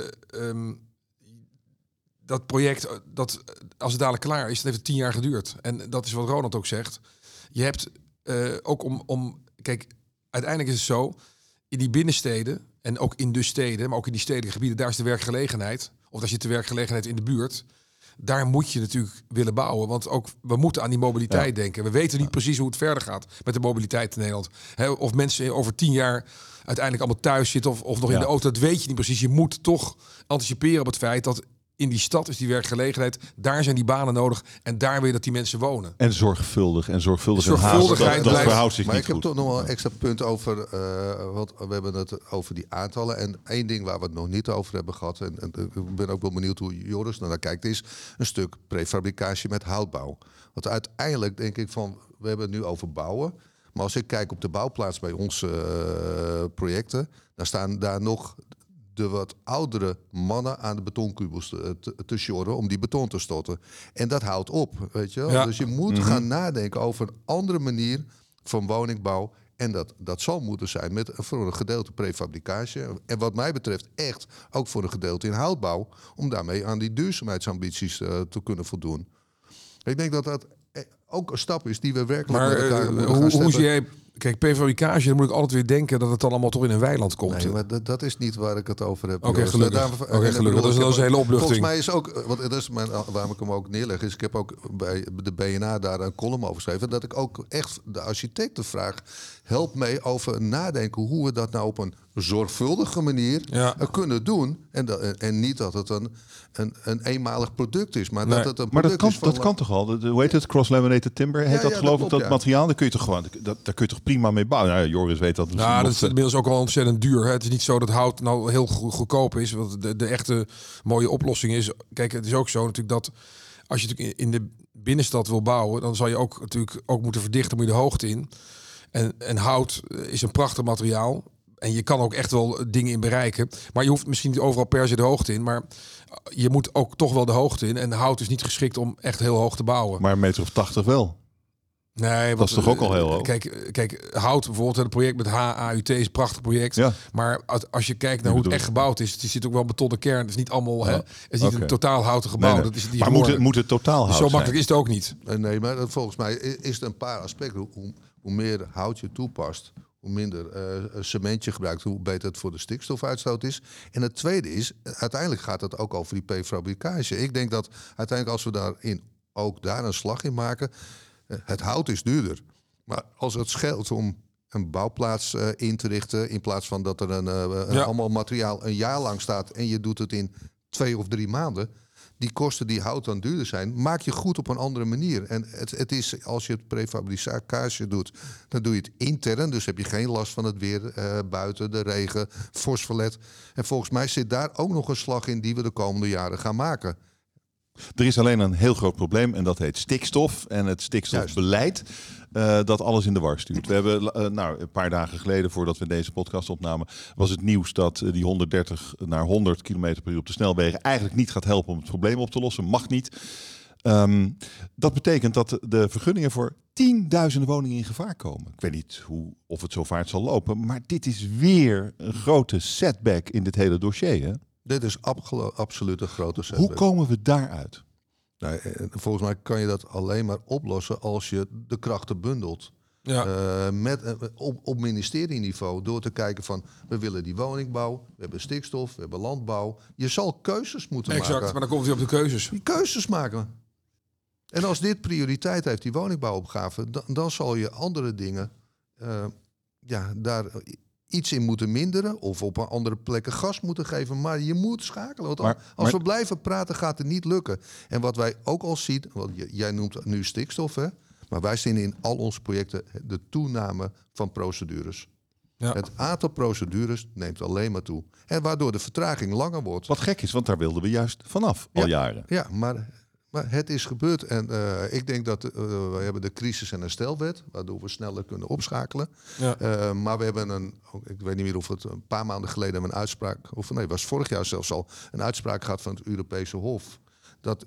dat project, dat als het dadelijk klaar is, dan heeft het 10 jaar geduurd. En dat is wat Ronald ook zegt. Je hebt ook kijk, uiteindelijk is het zo, in die binnensteden en ook in de steden, maar ook in die stedelijke gebieden, daar is de werkgelegenheid, of daar zit de werkgelegenheid in de buurt. Daar moet je natuurlijk willen bouwen, want ook we moeten aan die mobiliteit denken. We weten niet precies hoe het verder gaat met de mobiliteit in Nederland. Of mensen over 10 jaar uiteindelijk allemaal thuis zitten of nog in de auto, dat weet je niet precies. Je moet toch anticiperen op het feit dat in die stad is die werkgelegenheid, daar zijn die banen nodig en daar wil je dat die mensen wonen. En zorgvuldig en zorgvuldigheid dat verhoudt zich maar niet ik heb goed. toch nog wel een extra punt over, want we hebben het over die aantallen. En één ding waar we het nog niet over hebben gehad, en ik ben ook wel benieuwd hoe Joris naar kijkt, is een stuk prefabricatie met houtbouw. Want uiteindelijk denk ik van, we hebben het nu over bouwen. Maar als ik kijk op de bouwplaats bij onze projecten, dan staan daar nog de wat oudere mannen aan de betonkubels te sjorren om die beton te storten. En dat houdt op, weet je wel. Ja. Dus je moet gaan nadenken over een andere manier van woningbouw. En dat zal moeten zijn voor een gedeelte prefabricatie. En wat mij betreft echt ook voor een gedeelte in houtbouw, om daarmee aan die duurzaamheidsambities te kunnen voldoen. Ik denk dat dat ook een stap is die we werkelijk met elkaar moeten gaan steppen. Hoe zie jij... Kijk, prefabricage, dan moet ik altijd weer denken dat het dan allemaal toch in een weiland komt. Nee, maar dat is niet waar ik het over heb. Oké, gelukkig. Dat is een hele opluchting. Volgens mij is ook, want dat is waarom ik hem ook neerleg, is ik heb ook bij de BNA daar een column over geschreven, dat ik ook echt de architecten vraag, help mee over nadenken hoe we dat nou op een zorgvuldige manier kunnen doen. En niet dat het een eenmalig product is, maar dat het een product is van... Dat kan toch al? Hoe heet het? Cross-laminated timber? Heet dat geloof ik, dat materiaal? Daar kun je toch gewoon... Daar kun je toch prima mee bouwen? Nou, Joris weet dat misschien. Ja, dat is inmiddels ook wel ontzettend duur. Hè? Het is niet zo dat hout nou heel goedkoop is. Want de echte mooie oplossing is... Kijk, het is ook zo natuurlijk dat als je natuurlijk in de binnenstad wil bouwen, dan zal je ook natuurlijk ook moeten verdichten, moet je de hoogte in. En hout is een prachtig materiaal. En je kan ook echt wel dingen in bereiken. Maar je hoeft misschien niet overal per se de hoogte in. Maar je moet ook toch wel de hoogte in. En hout is niet geschikt om echt heel hoog te bouwen. Maar 1,80 meter wel. Nee, dat is toch ook al heel hoog? Kijk, hout bijvoorbeeld, het project met HAUT is een prachtig project. Ja. Maar als je kijkt naar hoe het echt gebouwd is, het zit ook wel een betonnen kern. Het is niet allemaal, het is niet een totaal houten gebouw. Nee. Dat is het maar moet het totaal hout zijn? Zo makkelijk is het ook niet. Nee, maar volgens mij is het een paar aspecten. Hoe meer hout je toepast, hoe minder cementje gebruikt, hoe beter het voor de stikstofuitstoot is. En het tweede is, uiteindelijk gaat het ook over die prefabricage. Ik denk dat uiteindelijk als we ook daar een slag in maken, het hout is duurder. Maar als het scheelt om een bouwplaats in te richten, in plaats van dat er allemaal materiaal een jaar lang staat en je doet het in 2 of 3 maanden, die kosten die hout dan duurder zijn, maak je goed op een andere manier. En het is, als je het prefabricage doet, dan doe je het intern. Dus heb je geen last van het weer buiten, de regen, fosforlet. En volgens mij zit daar ook nog een slag in die we de komende jaren gaan maken. Er is alleen een heel groot probleem en dat heet stikstof en het stikstofbeleid. Dat alles in de war stuurt. We hebben een paar dagen geleden, voordat we deze podcast opnamen, was het nieuws dat die 130 naar 100 km per uur op de snelwegen eigenlijk niet gaat helpen om het probleem op te lossen. Mag niet. Dat betekent dat de vergunningen voor tienduizenden woningen in gevaar komen. Ik weet niet of het zo vaart zal lopen, maar dit is weer een grote setback in dit hele dossier. Hè? Dit is absoluut een grote setback. Hoe komen we daaruit? Nou, volgens mij kan je dat alleen maar oplossen als je de krachten bundelt. Ja. Op ministerieniveau. Door te kijken van, we willen die woningbouw. We hebben stikstof, we hebben landbouw. Je zal keuzes moeten maken. Exact, maar dan komt hij op de keuzes. Die keuzes maken. En als dit prioriteit heeft, die woningbouwopgave, dan zal je andere dingen daar iets in moeten minderen. Of op een andere plekken gas moeten geven. Maar je moet schakelen. Want als we blijven praten, gaat het niet lukken. En wat wij ook al zien, want jij noemt nu stikstof, hè? Maar wij zien in al onze projecten de toename van procedures. Ja. Het aantal procedures neemt alleen maar toe. En waardoor de vertraging langer wordt. Wat gek is, want daar wilden we juist vanaf al jaren. Ja, maar het is gebeurd. En ik denk dat we hebben de crisis- en herstelwet, waardoor we sneller kunnen opschakelen. Ja. Maar we hebben ik weet niet meer of het een paar maanden geleden een uitspraak, of nee, was vorig jaar zelfs al een uitspraak gehad van het Europese Hof. Dat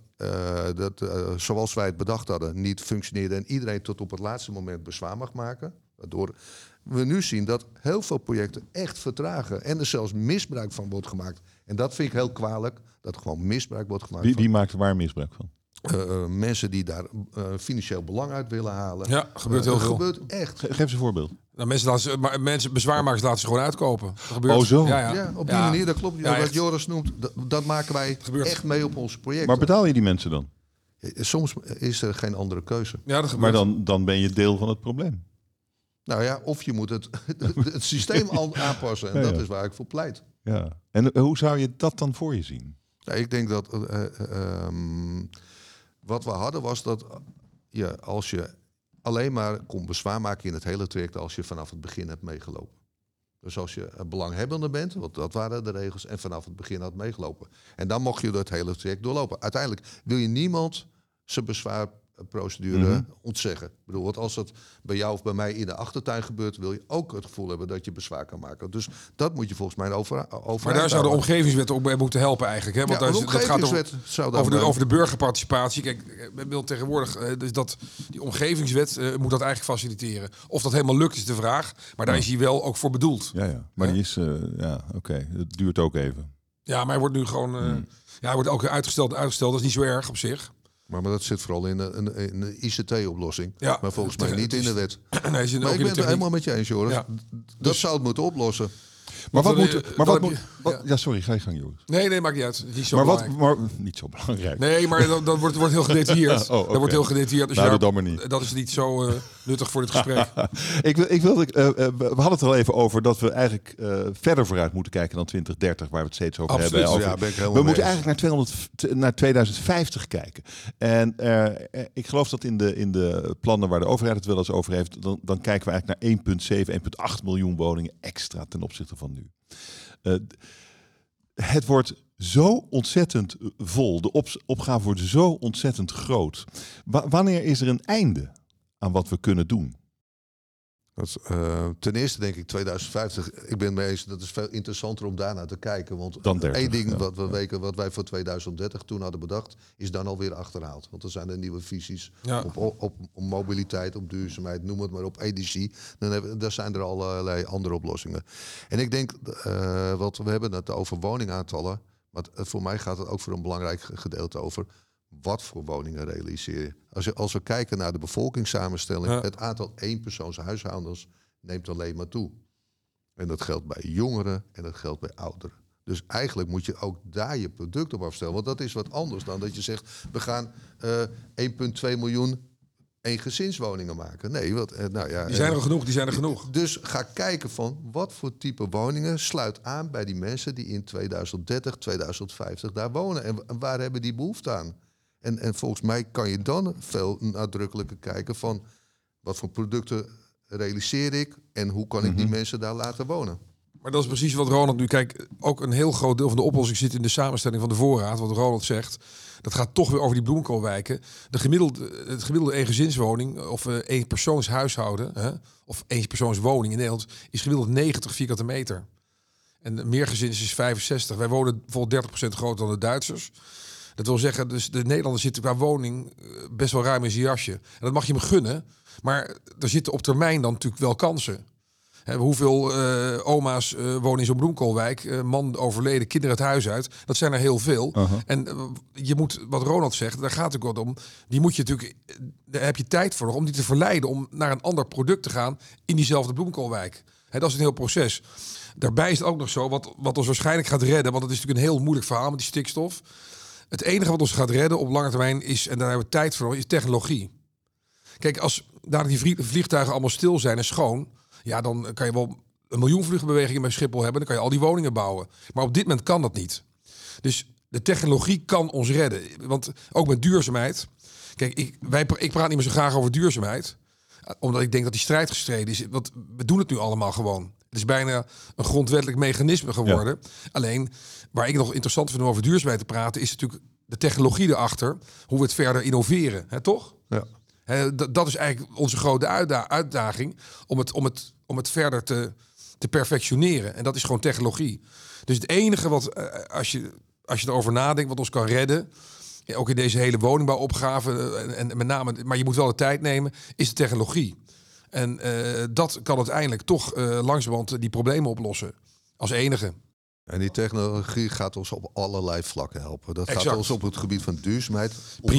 zoals wij het bedacht hadden, niet functioneerde en iedereen tot op het laatste moment bezwaar mag maken. Waardoor we nu zien dat heel veel projecten echt vertragen en er zelfs misbruik van wordt gemaakt. En dat vind ik heel kwalijk, dat er gewoon misbruik wordt gemaakt. Wie maakt waar misbruik van? Mensen die daar financieel belang uit willen halen. Ja, gebeurt heel veel. Gebeurt echt. Geef eens een voorbeeld. Nou, mensen bezwaarmakers laten ze gewoon uitkopen. Dat gebeurt. Oh zo? Ja, op die manier, dat klopt. Ja, wat Joris noemt, dat maken wij echt mee op ons project. Maar betaal je die mensen dan? Soms is er geen andere keuze. Ja, dat gebeurt. Maar dan ben je deel van het probleem. Nou ja, of je moet het systeem aanpassen. En dat is waar ik voor pleit. Ja. En hoe zou je dat dan voor je zien? Ja, ik denk dat wat we hadden was dat als je alleen maar kon bezwaar maken in het hele traject als je vanaf het begin hebt meegelopen. Dus als je belanghebbende bent, want dat waren de regels, en vanaf het begin had meegelopen. En dan mocht je het hele traject doorlopen. Uiteindelijk wil je niemand zijn bezwaarprocedure ontzeggen. Ik bedoel, want als het bij jou of bij mij in de achtertuin gebeurt, wil je ook het gevoel hebben dat je bezwaar kan maken. Dus dat moet je volgens mij over. Maar daar zou de omgevingswet ook bij moeten helpen eigenlijk. Hè? Want dat gaat over de burgerparticipatie. Kijk, we willen tegenwoordig dus dat die omgevingswet moet dat eigenlijk faciliteren. Of dat helemaal lukt is de vraag. Maar daar is hij wel ook voor bedoeld. Ja. Maar die is, oké. Het duurt ook even. Ja, maar hij wordt nu gewoon, hij wordt ook uitgesteld. Dat is niet zo erg op zich. Maar dat zit vooral in een ICT-oplossing. Ja, maar volgens mij niet in de wet. Nee, maar ik ben het helemaal met je eens, Joris. Ja. Dat zou het moeten oplossen. Maar ja, sorry, ga je gang, Joris. Nee, maakt niet uit. Niet zo belangrijk. Niet zo belangrijk. Nee, maar dat wordt heel gedetailleerd. Okay. Dat wordt heel gedetailleerd. Dus dan maar niet. Dat is niet zo nuttig voor dit gesprek. We hadden het er al even over dat we eigenlijk verder vooruit moeten kijken dan 2030, waar we het steeds over hebben. Ja, ben ik we moeten eigenlijk naar 2050 kijken. En ik geloof dat in de plannen waar de overheid het wel eens over heeft, dan kijken we eigenlijk naar 1,7, 1,8 miljoen woningen extra ten opzichte van nu. Het wordt zo ontzettend vol. De opgave wordt zo ontzettend groot. Wanneer is er een einde aan wat we kunnen doen? Ten eerste denk ik 2050. Ik ben mee eens, dat is veel interessanter om daarnaar te kijken. Want dan 30, één ding wat wij voor 2030 toen hadden bedacht, is dan alweer achterhaald. Want er zijn er nieuwe visies op mobiliteit, op duurzaamheid, noem het maar, op energie. Daar zijn er allerlei andere oplossingen. En ik denk, wat we hebben het over woningaantallen. Maar voor mij gaat het ook voor een belangrijk gedeelte over wat voor woningen realiseer je. Als we kijken naar de bevolkingssamenstelling, het aantal eenpersoonshuishoudens neemt alleen maar toe. En dat geldt bij jongeren en dat geldt bij ouderen. Dus eigenlijk moet je ook daar je product op afstellen. Want dat is wat anders dan dat je zegt, we gaan 1,2 miljoen eengezinswoningen maken. Nee, Die zijn er genoeg. Dus ga kijken van wat voor type woningen sluit aan bij die mensen die in 2030, 2050 daar wonen. En waar hebben die behoefte aan? En volgens mij kan je dan veel nadrukkelijker kijken van wat voor producten realiseer ik en hoe kan ik die mensen daar laten wonen. Maar dat is precies wat Ronald nu... Kijk, ook een heel groot deel van de oplossing zit in de samenstelling van de voorraad. Wat Ronald zegt, dat gaat toch weer over die bloemkoolwijken. Het gemiddelde eengezinswoning of eenpersoonshuishouden... of eenpersoonswoning in Nederland is gemiddeld 90 vierkante meter. En de meergezins is 65. Wij wonen bijvoorbeeld 30% groter dan de Duitsers. Dat wil zeggen, dus de Nederlanders zitten qua woning best wel ruim in zijn jasje. En dat mag je hem gunnen. Maar er zitten op termijn dan natuurlijk wel kansen. Hoeveel oma's wonen in zo'n bloemkoolwijk? Man overleden, kinderen het huis uit. Dat zijn er heel veel. En je moet, wat Ronald zegt, daar gaat het ook om. Die moet je natuurlijk, daar heb je tijd voor om die te verleiden om naar een ander product te gaan in diezelfde bloemkoolwijk. Dat is een heel proces. Daarbij is het ook nog zo, wat ons waarschijnlijk gaat redden, want het is natuurlijk een heel moeilijk verhaal met die stikstof. Het enige wat ons gaat redden op lange termijn is, en daar hebben we tijd voor, is technologie. Kijk, als daar die vliegtuigen allemaal stil zijn en schoon, ja, dan kan je wel 1 miljoen vluchtbewegingen bij Schiphol hebben. Dan kan je al die woningen bouwen. Maar op dit moment kan dat niet. Dus de technologie kan ons redden. Want ook met duurzaamheid. Kijk, ik praat niet meer zo graag over duurzaamheid. Omdat ik denk dat die strijd gestreden is. Want we doen het nu allemaal gewoon. Het is bijna een grondwettelijk mechanisme geworden. Ja. Alleen, waar ik nog interessant vind om over duurzaamheid te praten, is natuurlijk de technologie erachter. Hoe we het verder innoveren. Hè, toch? Ja. Dat is eigenlijk onze grote uitdaging om het verder te perfectioneren. En dat is gewoon technologie. Dus het enige wat, als je erover nadenkt, wat ons kan redden, ook in deze hele woningbouwopgave, en met name, maar je moet wel de tijd nemen, is de technologie. En dat kan uiteindelijk toch langzamerhand die problemen oplossen. Als enige. En die technologie gaat ons op allerlei vlakken helpen. Dat exact. Gaat ons op het gebied van duurzaamheid,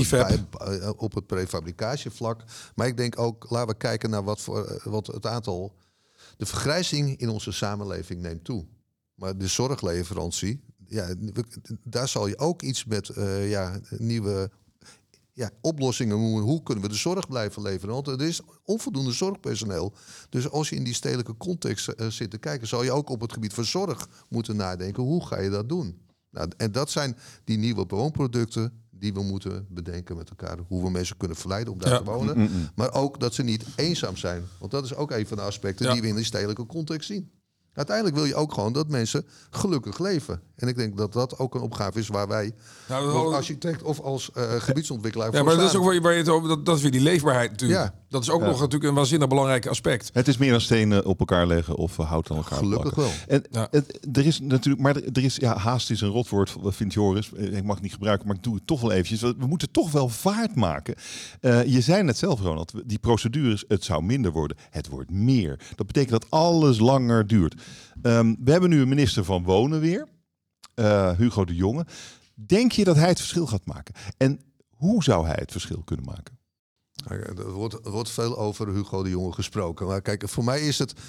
op het prefabricatievlak. Maar ik denk ook, laten we kijken naar wat het aantal. De vergrijzing in onze samenleving neemt toe. Maar de zorgleverantie, ja, daar zal je ook iets met nieuwe oplossingen. Hoe kunnen we de zorg blijven leveren? Want er is onvoldoende zorgpersoneel. Dus als je in die stedelijke context zit te kijken, zal je ook op het gebied van zorg moeten nadenken. Hoe ga je dat doen? Nou, en dat zijn die nieuwe woonproducten die we moeten bedenken met elkaar. Hoe we mensen kunnen verleiden om daar te wonen. Maar ook dat ze niet eenzaam zijn. Want dat is ook een van de aspecten die we in die stedelijke context zien. Uiteindelijk wil je ook gewoon dat mensen gelukkig leven. En ik denk dat dat ook een opgave is waar wij als architect of als gebiedsontwikkelaar voor maar staan. dat is ook waar je het over, dat is weer die leefbaarheid natuurlijk. Ja. Dat is ook nog natuurlijk een waanzinnig belangrijk aspect. Het is meer dan stenen op elkaar leggen of hout aan elkaar gelukkig plakken. Wel. En er is natuurlijk, maar er is, haast is een rotwoord, vindt Joris. Ik mag het niet gebruiken, maar ik doe het toch wel eventjes. We moeten toch wel vaart maken. Je zei net zelf, Ronald, die procedures, het zou minder worden. Het wordt meer. Dat betekent dat alles langer duurt. We hebben nu een minister van Wonen weer, Hugo de Jonge. Denk je dat hij het verschil gaat maken? En hoe zou hij het verschil kunnen maken? Er wordt veel over Hugo de Jonge gesproken. Maar kijk, voor mij is het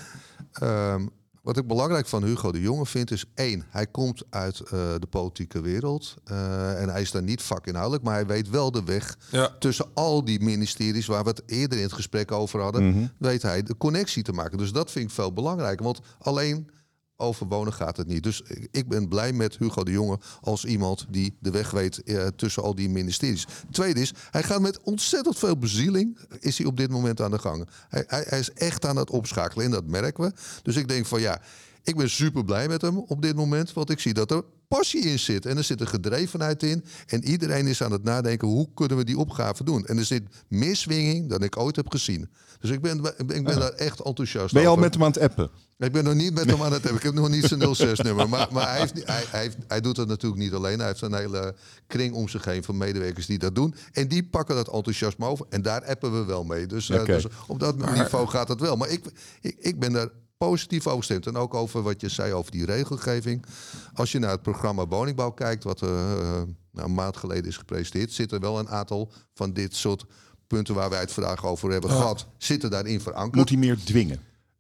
wat ik belangrijk van Hugo de Jonge vind is 1, hij komt uit de politieke wereld. En hij is daar niet vakinhoudelijk, maar hij weet wel de weg tussen al die ministeries waar we het eerder in het gesprek over hadden. Weet hij de connectie te maken. Dus dat vind ik veel belangrijker. Want alleen over wonen gaat het niet. Dus ik ben blij met Hugo de Jonge als iemand die de weg weet tussen al die ministeries. Tweede is, hij gaat met ontzettend veel bezieling, is hij op dit moment aan de gang. Hij is echt aan het opschakelen en dat merken we. Dus ik denk van ik ben super blij met hem op dit moment, want ik zie dat er passie in zit. En er zit een gedrevenheid in. En iedereen is aan het nadenken, hoe kunnen we die opgave doen? En er zit meer swinging dan ik ooit heb gezien. Dus ik ben daar echt enthousiast over. Ben je al met hem aan het appen? Ik ben nog niet met hem aan het hebben. Ik heb nog niet zijn 06-nummer. Maar hij doet dat natuurlijk niet alleen. Hij heeft een hele kring om zich heen van medewerkers die dat doen. En die pakken dat enthousiasme over. En daar appen we wel mee. Dus op dat niveau gaat het wel. Maar ik ben daar positief over gestemd. En ook over wat je zei over die regelgeving. Als je naar het programma Woningbouw kijkt, wat een maand geleden is gepresenteerd, zit er wel een aantal van dit soort punten waar wij het vandaag over hebben gehad, zitten daarin verankerd. Moet hij meer dwingen?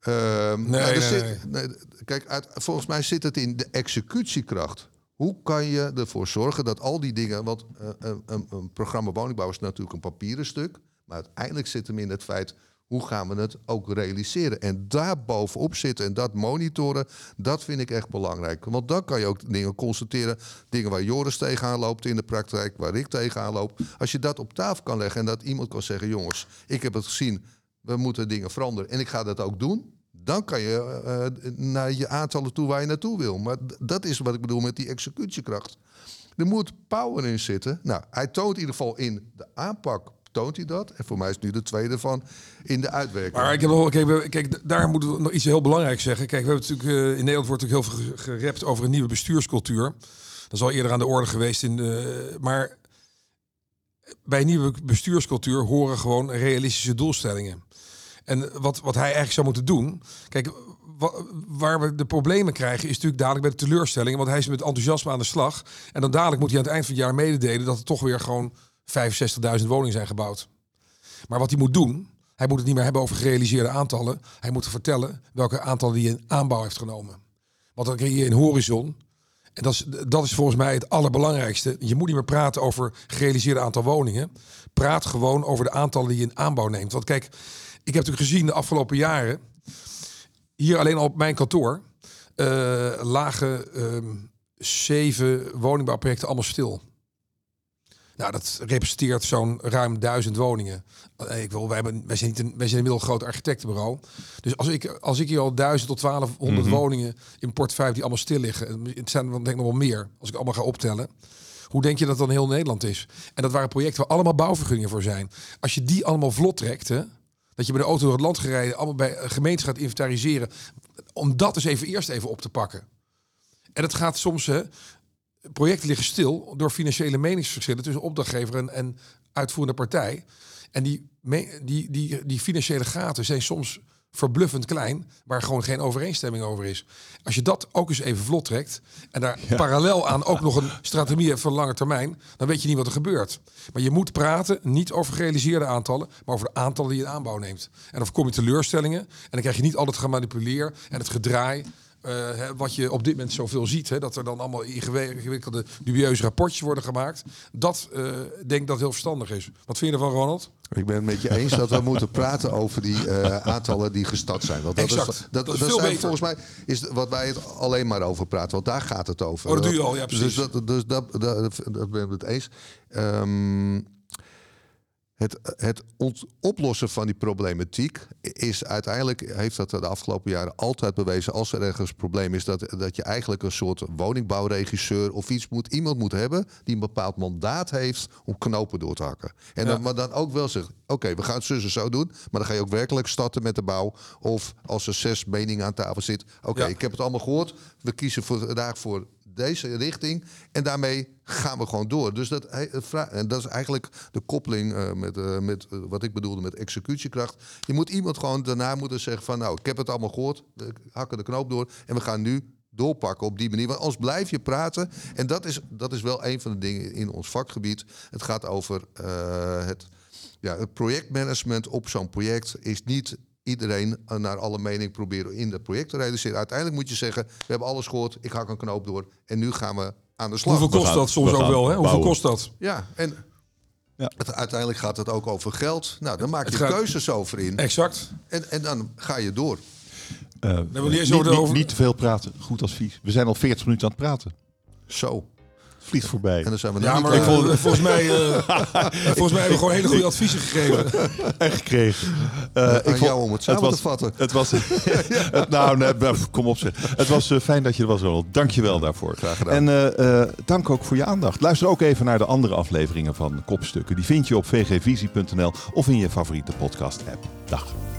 Kijk, volgens mij zit het in de executiekracht. Hoe kan je ervoor zorgen dat al die dingen, want een programma woningbouw is natuurlijk een papieren stuk, Maar uiteindelijk zit hem in het feit, hoe gaan we het ook realiseren? En daar bovenop zitten en dat monitoren, dat vind ik echt belangrijk. Want dan kan je ook dingen constateren, dingen waar Joris tegenaan loopt in de praktijk, waar ik tegenaan loop. Als je dat op tafel kan leggen en dat iemand kan zeggen, jongens, ik heb het gezien, we moeten dingen veranderen en ik ga dat ook doen. Dan kan je naar je aantallen toe waar je naartoe wil. Maar dat is wat ik bedoel met die executiekracht. Er moet power in zitten. Nou, hij toont in ieder geval in de aanpak, toont hij dat. En voor mij is nu de tweede van in de uitwerking. Maar kijk, daar moeten we nog iets heel belangrijks zeggen. Kijk, we hebben natuurlijk, in Nederland wordt natuurlijk heel veel gerept over een nieuwe bestuurscultuur. Dat is al eerder aan de orde geweest. Maar bij een nieuwe bestuurscultuur horen gewoon realistische doelstellingen. En wat hij eigenlijk zou moeten doen... Kijk, waar we de problemen krijgen is natuurlijk dadelijk bij de teleurstellingen. Want hij is met enthousiasme aan de slag. En dan dadelijk moet hij aan het eind van het jaar mededelen dat er toch weer gewoon 65.000 woningen zijn gebouwd. Maar wat hij moet doen, hij moet het niet meer hebben over gerealiseerde aantallen. Hij moet vertellen welke aantallen hij in aanbouw heeft genomen. Want dan krijg je een horizon. En dat is volgens mij het allerbelangrijkste. Je moet niet meer praten over gerealiseerde aantal woningen. Praat gewoon over de aantallen die je in aanbouw neemt. Want kijk, ik heb natuurlijk gezien de afgelopen jaren, hier alleen al op mijn kantoor, lagen 7 woningbouwprojecten allemaal stil. Nou, dat representeert zo'n ruim 1000 woningen. Wij zijn een middel groot architectenbureau. Dus als ik hier al 1000 tot 1200 woningen in portefeuille die allemaal stil liggen. Het zijn denk ik nog wel meer, als ik allemaal ga optellen. Hoe denk je dat dan heel Nederland is? En dat waren projecten waar allemaal bouwvergunningen voor zijn. Als je die allemaal vlot trekt, hè, dat je bij de auto door het land gereden, allemaal bij gemeentes gaat inventariseren, om dat eens eerst even op te pakken. En het gaat soms, projecten liggen stil door financiële meningsverschillen tussen opdrachtgever en uitvoerende partij. En die financiële gaten zijn soms verbluffend klein, waar gewoon geen overeenstemming over is. Als je dat ook eens even vlot trekt en daar parallel aan ook nog een strategie hebt van lange termijn, dan weet je niet wat er gebeurt. Maar je moet praten niet over gerealiseerde aantallen, maar over de aantallen die je in aanbouw neemt. En dan voorkom je teleurstellingen en dan krijg je niet altijd gemanipuleerd en het gedraai. Wat je op dit moment zoveel ziet, hè, dat er dan allemaal ingewikkelde, dubieuze rapportjes worden gemaakt. Dat denk ik dat heel verstandig is. Wat vind je ervan, Ronald? Ik ben het met je eens dat we moeten praten over die aantallen die gestart zijn. Want dat is veel beter. Volgens mij is wat wij het alleen maar over praten. Want daar gaat het over. Oh, dat doe je al, ja, precies. Dus dat ben ik het eens. Het oplossen van die problematiek is uiteindelijk, heeft dat de afgelopen jaren altijd bewezen, als er ergens een probleem is, dat je eigenlijk een soort woningbouwregisseur of iemand moet hebben die een bepaald mandaat heeft om knopen door te hakken. En maar dan ook wel zegt, oké, we gaan het zo doen, maar dan ga je ook werkelijk starten met de bouw. Of als er 6 meningen aan tafel zit, ik heb het allemaal gehoord, we kiezen vandaag voor deze richting en daarmee gaan we gewoon door. Dus dat is eigenlijk de koppeling met wat ik bedoelde met executiekracht. Je moet iemand gewoon daarna moeten zeggen van, nou, ik heb het allemaal gehoord, we hakken de knoop door en we gaan nu doorpakken op die manier. Want anders blijf je praten. En dat is wel een van de dingen in ons vakgebied. Het gaat over het projectmanagement op zo'n project is niet iedereen naar alle mening proberen in dat project te realiseren. Uiteindelijk moet je zeggen, we hebben alles gehoord, ik hak een knoop door en nu gaan we aan de slag. Hoeveel kost dat soms ook wel, hè? Hoeveel kost dat? Ja, en uiteindelijk gaat het ook over geld. Nou, dan maak je keuzes over in. Exact. En dan ga je door. Niet te veel praten, goed advies. We zijn al 40 minuten aan het praten. Zo. Vliegt voorbij. En dan zijn we volgens mij hebben we gewoon hele goede adviezen gegeven. En gekregen. Ik jou om het samen te vatten. Het was, kom op zeg. Het was fijn dat je er was, Ronald. Dank je wel daarvoor. Graag gedaan. En dank ook voor je aandacht. Luister ook even naar de andere afleveringen van Kopstukken. Die vind je op vgvisie.nl of in je favoriete podcast app. Dag.